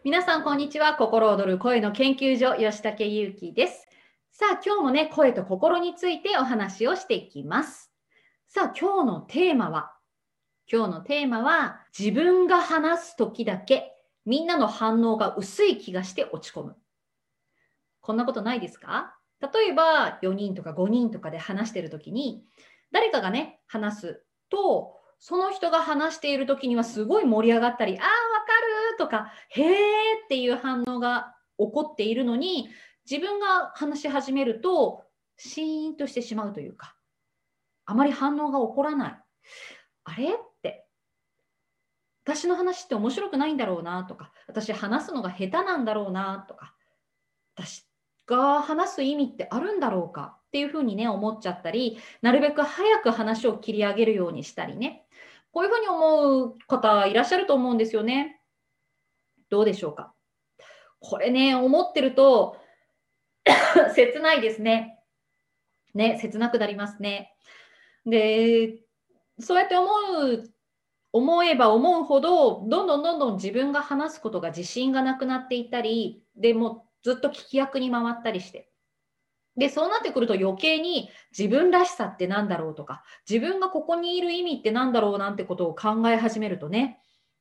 皆さん、こんにちは。心躍る声の研究所、吉武優希です。さあ、今日もね、声と心についてお話をしていきます。さあ、今日のテーマは、自分が話すときだけ、みんなの反応が薄い気がして落ち込む。こんなことないですか？例えば、4人とか5人とかで話しているときに、誰かがね、話すと、その人が話しているときにはすごい盛り上がったり、わかるとか、へーっていう反応が起こっているのに、自分が話し始めると、シーンとしてしまうというか、あまり反応が起こらない。あれって、私の話って面白くないんだろうなとか、私話すのが下手なんだろうなとか、私が話す意味ってあるんだろうかっていうふうにね、思っちゃったり、なるべく早く話を切り上げるようにしたりね、こういうふうに思う方いらっしゃると思うんですよね。どうでしょうか？これね、思ってると切ないですね。切なくなりますね。で、そうやって思えば思うほど、どんどん自分が話すことが自信がなくなっていったり、でもずっと聞き役に回ったりして。で、そうなってくると余計に自分らしさってなんだろうとか、自分がここにいる意味ってなんだろうなんてことを考え始めるとね、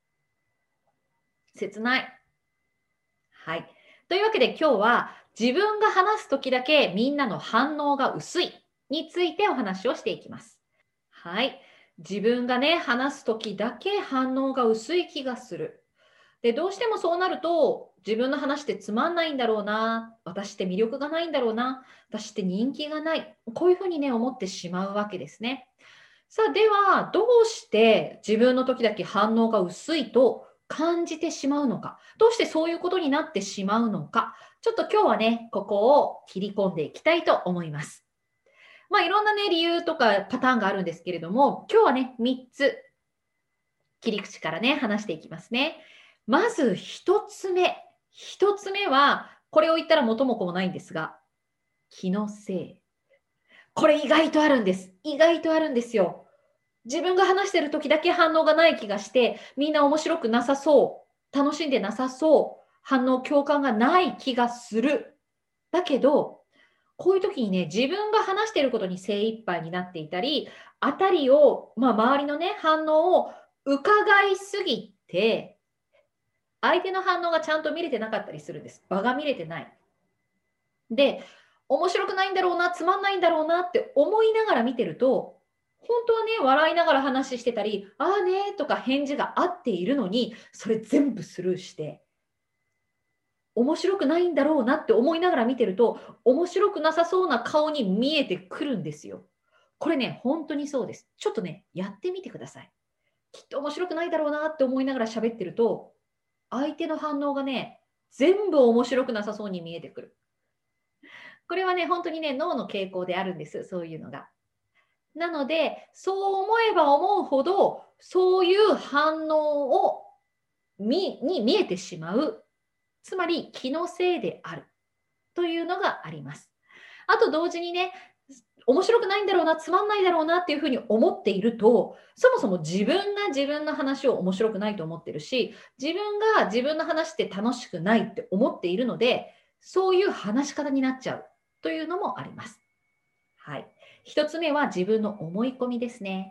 切ない。はい。というわけで今日は自分が話すときだけみんなの反応が薄いについてお話をしていきます。はい。自分がね、話すときだけ反応が薄い気がする。で、どうしてもそうなると、自分の話ってつまんないんだろうな、私って魅力がないんだろうな、私って人気がない、こういうふうにね、思ってしまうわけですね。さあ、では、どうして自分の時だけ反応が薄いと感じてしまうのか、どうしてそういうことになってしまうのか、ちょっと今日はね、ここを切り込んでいきたいと思います。いろんなね、理由とかパターンがあるんですけれども、今日はね、3つ切り口からね、話していきますね。まず一つ目は、これを言ったら元も子もないんですが、気のせい。これ意外とあるんです。意外とあるんですよ。自分が話してる時だけ反応がない気がして、みんな面白くなさそう、楽しんでなさそう、反応、共感がない気がする。だけど、こういう時にね、自分が話していることに精一杯になっていたり、あたりを、周りのね、反応を伺いすぎて、相手の反応がちゃんと見れてなかったりするんです。場が見れてない。で、面白くないんだろうな、つまんないんだろうなって思いながら見てると、本当はね、笑いながら話してたり、ああねとか返事が合っているのに、それ全部スルーして、面白くないんだろうなって思いながら見てると、面白くなさそうな顔に見えてくるんですよ。これね、本当にそうです。ちょっとね、やってみてください。きっと面白くないだろうなって思いながら喋ってると、相手の反応がね、全部面白くなさそうに見えてくる。これはね、本当にね、脳の傾向であるんです、そういうのが。なので、そう思えば思うほど、そういう反応に見えてしまう。つまり、気のせいであるというのがあります。あと同時にね、面白くないんだろうな、つまんないだろうなっていうふうに思っていると、そもそも自分が自分の話を面白くないと思ってるし、自分が自分の話って楽しくないって思っているので、そういう話し方になっちゃうというのもあります。はい。一つ目は自分の思い込みですね。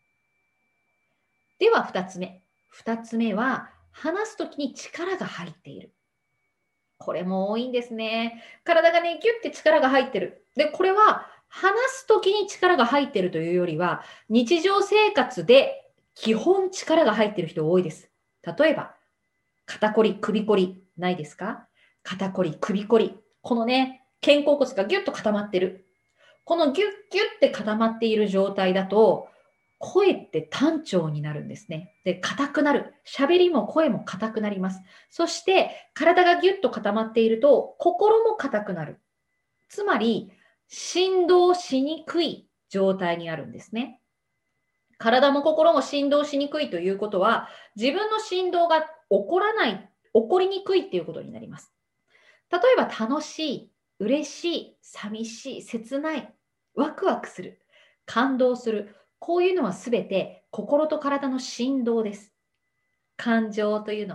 では二つ目。二つ目は、話すときに力が入っている。これも多いんですね。体がね、ギュッて力が入ってる。で、これは話すときに力が入ってるというよりは、日常生活で基本力が入ってる人多いです。例えば、肩こり、首こり、ないですか？肩こり、首こり。このね、肩甲骨がギュッと固まってる。このギュッギュッて固まっている状態だと、声って単調になるんですね。で、硬くなる。喋りも声も硬くなります。そして、体がギュッと固まっていると、心も硬くなる。つまり、振動しにくい状態にあるんですね。体も心も振動しにくいということは、自分の振動が起こらない、起こりにくいっていうことになります。例えば、楽しい、嬉しい、寂しい、切ない、ワクワクする、感動する。こういうのはすべて心と体の振動です。感情というのはね、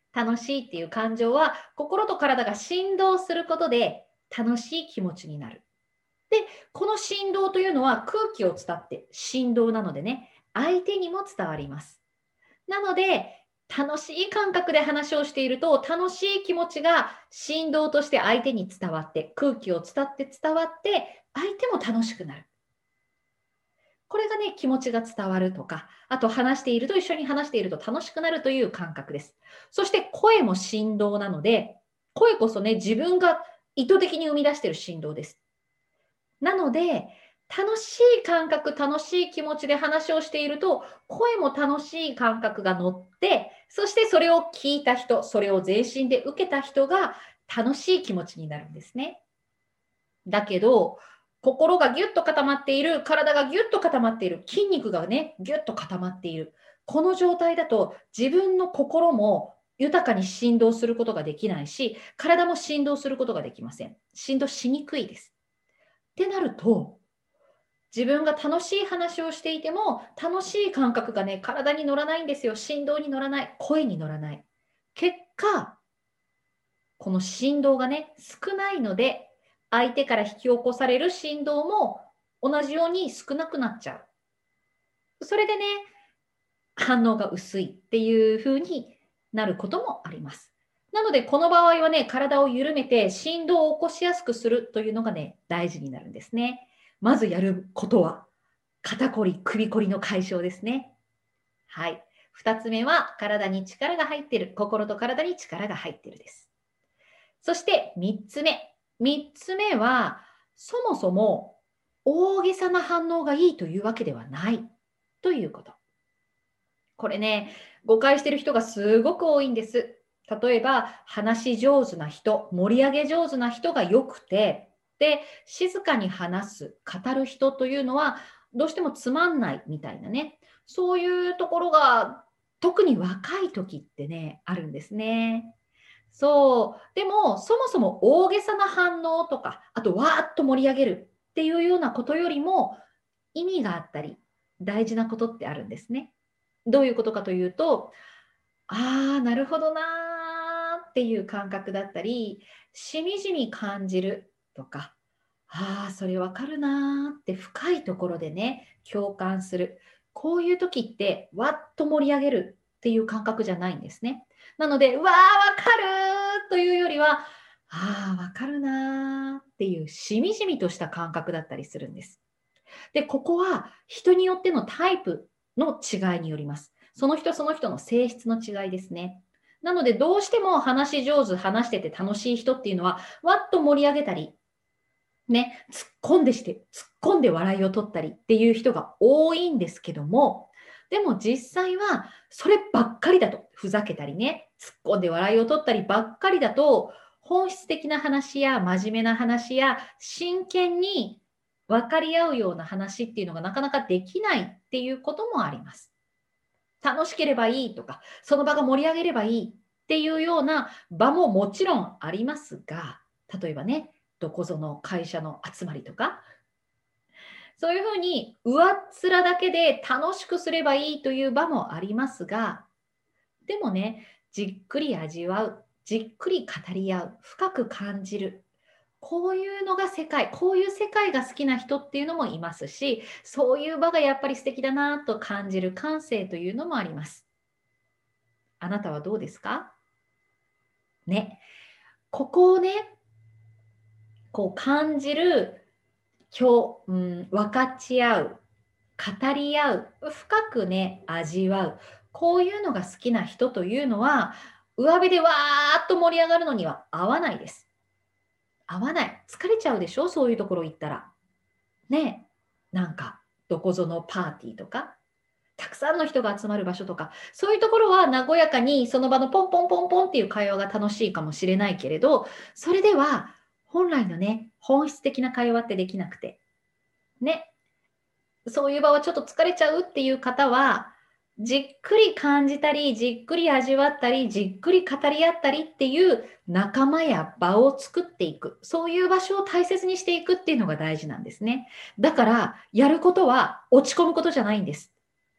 楽しいっていう感情は心と体が振動することで楽しい気持ちになる。で、この振動というのは空気を伝って振動なのでね、相手にも伝わります。なので、楽しい感覚で話をしていると、楽しい気持ちが振動として相手に伝わって、空気を伝って伝わって、相手も楽しくなる。これがね、気持ちが伝わるとか、あと話していると一緒に話していると楽しくなるという感覚です。そして声も振動なので、声こそね、自分が意図的に生み出している振動です。なので、楽しい感覚、楽しい気持ちで話をしていると、声も楽しい感覚が乗って、そしてそれを聞いた人、それを全身で受けた人が楽しい気持ちになるんですね。だけど、心がギュッと固まっている、体がギュッと固まっている、筋肉がね、ギュッと固まっている。この状態だと自分の心も豊かに振動することができないし、体も振動することができません。振動しにくいです。ってなると、自分が楽しい話をしていても、楽しい感覚がね、体に乗らないんですよ。振動に乗らない。声に乗らない。結果、この振動がね、少ないので、相手から引き起こされる振動も同じように少なくなっちゃう。それでね、反応が薄いっていう風になることもあります。なので、この場合はね、体を緩めて振動を起こしやすくするというのがね、大事になるんですね。まずやることは、肩こり、首こりの解消ですね。はい。2つ目は、体に力が入っている。心と体に力が入っているです。そして3つ目。3つ目は、そもそも大げさな反応がいいというわけではないということ。これね、誤解している人がすごく多いんです。例えば、話し上手な人、盛り上げ上手な人が良くて、で、静かに話す、語る人というのは、どうしてもつまんないみたいなね、そういうところが、特に若い時ってね、あるんですね。そう。でも、そもそも大げさな反応とか、あと、わーっと盛り上げるっていうようなことよりも、意味があったり、大事なことってあるんですね。どういうことかというと、ああ、なるほどなーっていう感覚だったり、しみじみ感じるとか、ああ、それわかるなーって深いところでね、共感する。こういう時って、わっと盛り上げるっていう感覚じゃないんですね。なので、わー、わかるーというよりは、ああ、わかるなーっていうしみじみとした感覚だったりするんです。で、ここは人によってのタイプの違いによります。その人その人の性質の違いですね。なので、どうしても話し上手、話してて楽しい人っていうのは、わっと盛り上げたり、ね、突っ込んで笑いを取ったりっていう人が多いんですけども、でも実際はそればっかりだと、ふざけたりね、突っ込んで笑いを取ったりばっかりだと、本質的な話や真面目な話や真剣に分かり合うような話っていうのがなかなかできないっていうこともあります。楽しければいいとか、その場が盛り上げればいいっていうような場ももちろんありますが、例えばね、どこぞの会社の集まりとか、そういうふうに上っ面だけで楽しくすればいいという場もありますが、でもね、じっくり味わう、じっくり語り合う、深く感じる。こういうのが世界、こういう世界が好きな人っていうのもいますし、そういう場がやっぱり素敵だなと感じる感性というのもあります。あなたはどうですかね。ここをね、こう感じる、分かち合う、語り合う、深くね、味わう。こういうのが好きな人というのは、上辺でわーっと盛り上がるのには合わないです。合わない。疲れちゃうでしょそういうところ行ったら。ね。なんか、どこぞのパーティーとか、たくさんの人が集まる場所とか、そういうところは和やかにその場のポンポンポンポンっていう会話が楽しいかもしれないけれど、それでは本来のね、本質的な会話ってできなくて、ね、そういう場はちょっと疲れちゃうっていう方は、じっくり感じたり、じっくり味わったり、じっくり語り合ったりっていう仲間や場を作っていく。そういう場所を大切にしていくっていうのが大事なんですね。だから、やることは落ち込むことじゃないんです。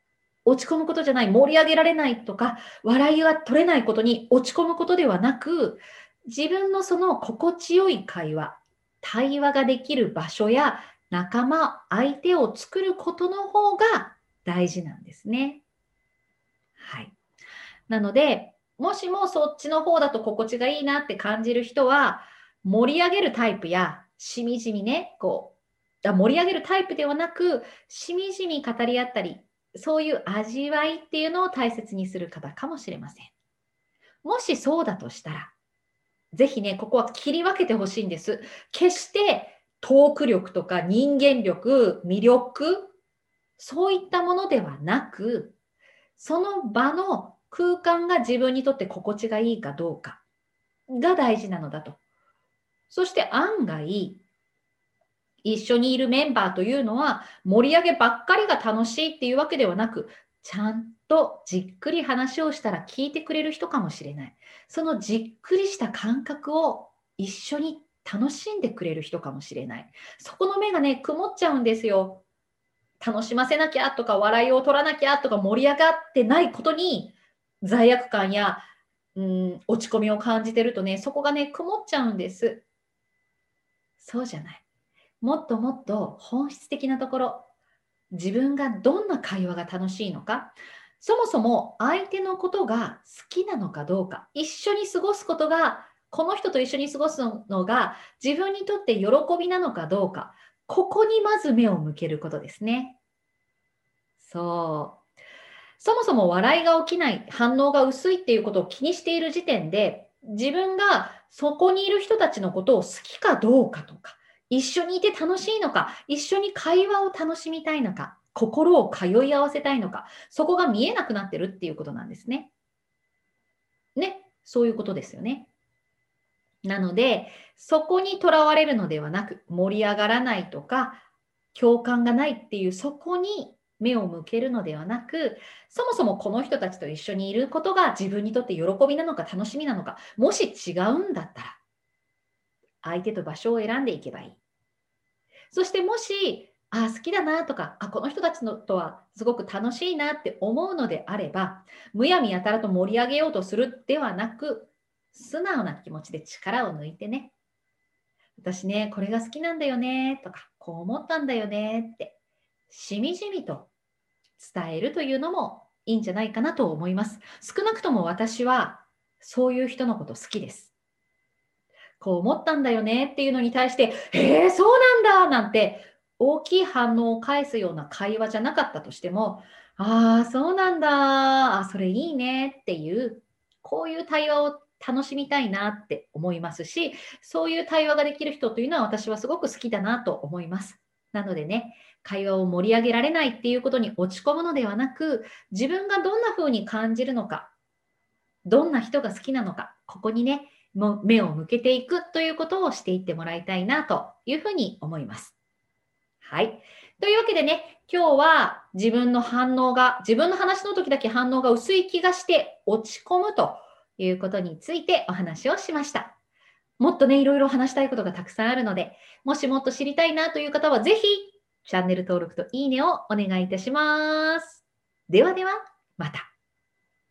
落ち込むことじゃない、盛り上げられないとか、笑いが取れないことに落ち込むことではなく、自分のその心地よい会話、対話ができる場所や仲間、相手を作ることの方が大事なんですね。はい。なので、もしもそっちの方だと心地がいいなって感じる人は、盛り上げるタイプや、しみじみね、盛り上げるタイプではなく、しみじみ語り合ったり、そういう味わいっていうのを大切にする方かもしれません。もしそうだとしたら、ぜひね、ここは切り分けてほしいんです。決してトーク力とか人間力、魅力、そういったものではなく、その場の空間が自分にとって心地がいいかどうかが大事なのだと。そして案外、一緒にいるメンバーというのは盛り上げばっかりが楽しいっていうわけではなく、ちゃんとじっくり話をしたら聞いてくれる人かもしれない。そのじっくりした感覚を一緒に楽しんでくれる人かもしれない。そこの目がね、曇っちゃうんですよ。楽しませなきゃとか笑いを取らなきゃとか盛り上がってないことに罪悪感や落ち込みを感じてるとね、そこがね、曇っちゃうんです。そうじゃない。もっともっと本質的なところ、自分がどんな会話が楽しいのか、そもそも相手のことが好きなのかどうか、一緒に過ごすことが、この人と一緒に過ごすのが自分にとって喜びなのかどうか、ここにまず目を向けることですね。そう。そもそも笑いが起きない、反応が薄いっていうことを気にしている時点で、自分がそこにいる人たちのことを好きかどうかとか、一緒にいて楽しいのか、一緒に会話を楽しみたいのか、心を通い合わせたいのか、そこが見えなくなってるっていうことなんですね。ね、そういうことですよね。なので、そこにとらわれるのではなく、盛り上がらないとか、共感がないっていうそこに目を向けるのではなく、そもそもこの人たちと一緒にいることが自分にとって喜びなのか楽しみなのか、もし違うんだったら、相手と場所を選んでいけばいい。そしてもし、好きだなとか、この人たちのとはすごく楽しいなって思うのであれば、むやみやたらと盛り上げようとするではなく、素直な気持ちで力を抜いてね、私ね、これが好きなんだよねとか、こう思ったんだよねって、しみじみと伝えるというのもいいんじゃないかなと思います。少なくとも私はそういう人のこと好きです。こう思ったんだよねっていうのに対して、そうなんだなんて大きい反応を返すような会話じゃなかったとしても、そうなんだ、それいいねっていう、こういう対話を楽しみたいなって思いますし、そういう対話ができる人というのは私はすごく好きだなと思います。なのでね、会話を盛り上げられないっていうことに落ち込むのではなく、自分がどんな風に感じるのか、どんな人が好きなのか、ここにね、もう目を向けていくということをしていってもらいたいなというふうに思います。はい。というわけでね、今日は自分の話の時だけ反応が薄い気がして落ち込むということについてお話をしました。もっとね、いろいろ話したいことがたくさんあるので、もしもっと知りたいなという方はぜひチャンネル登録といいねをお願いいたします。ではでは、また。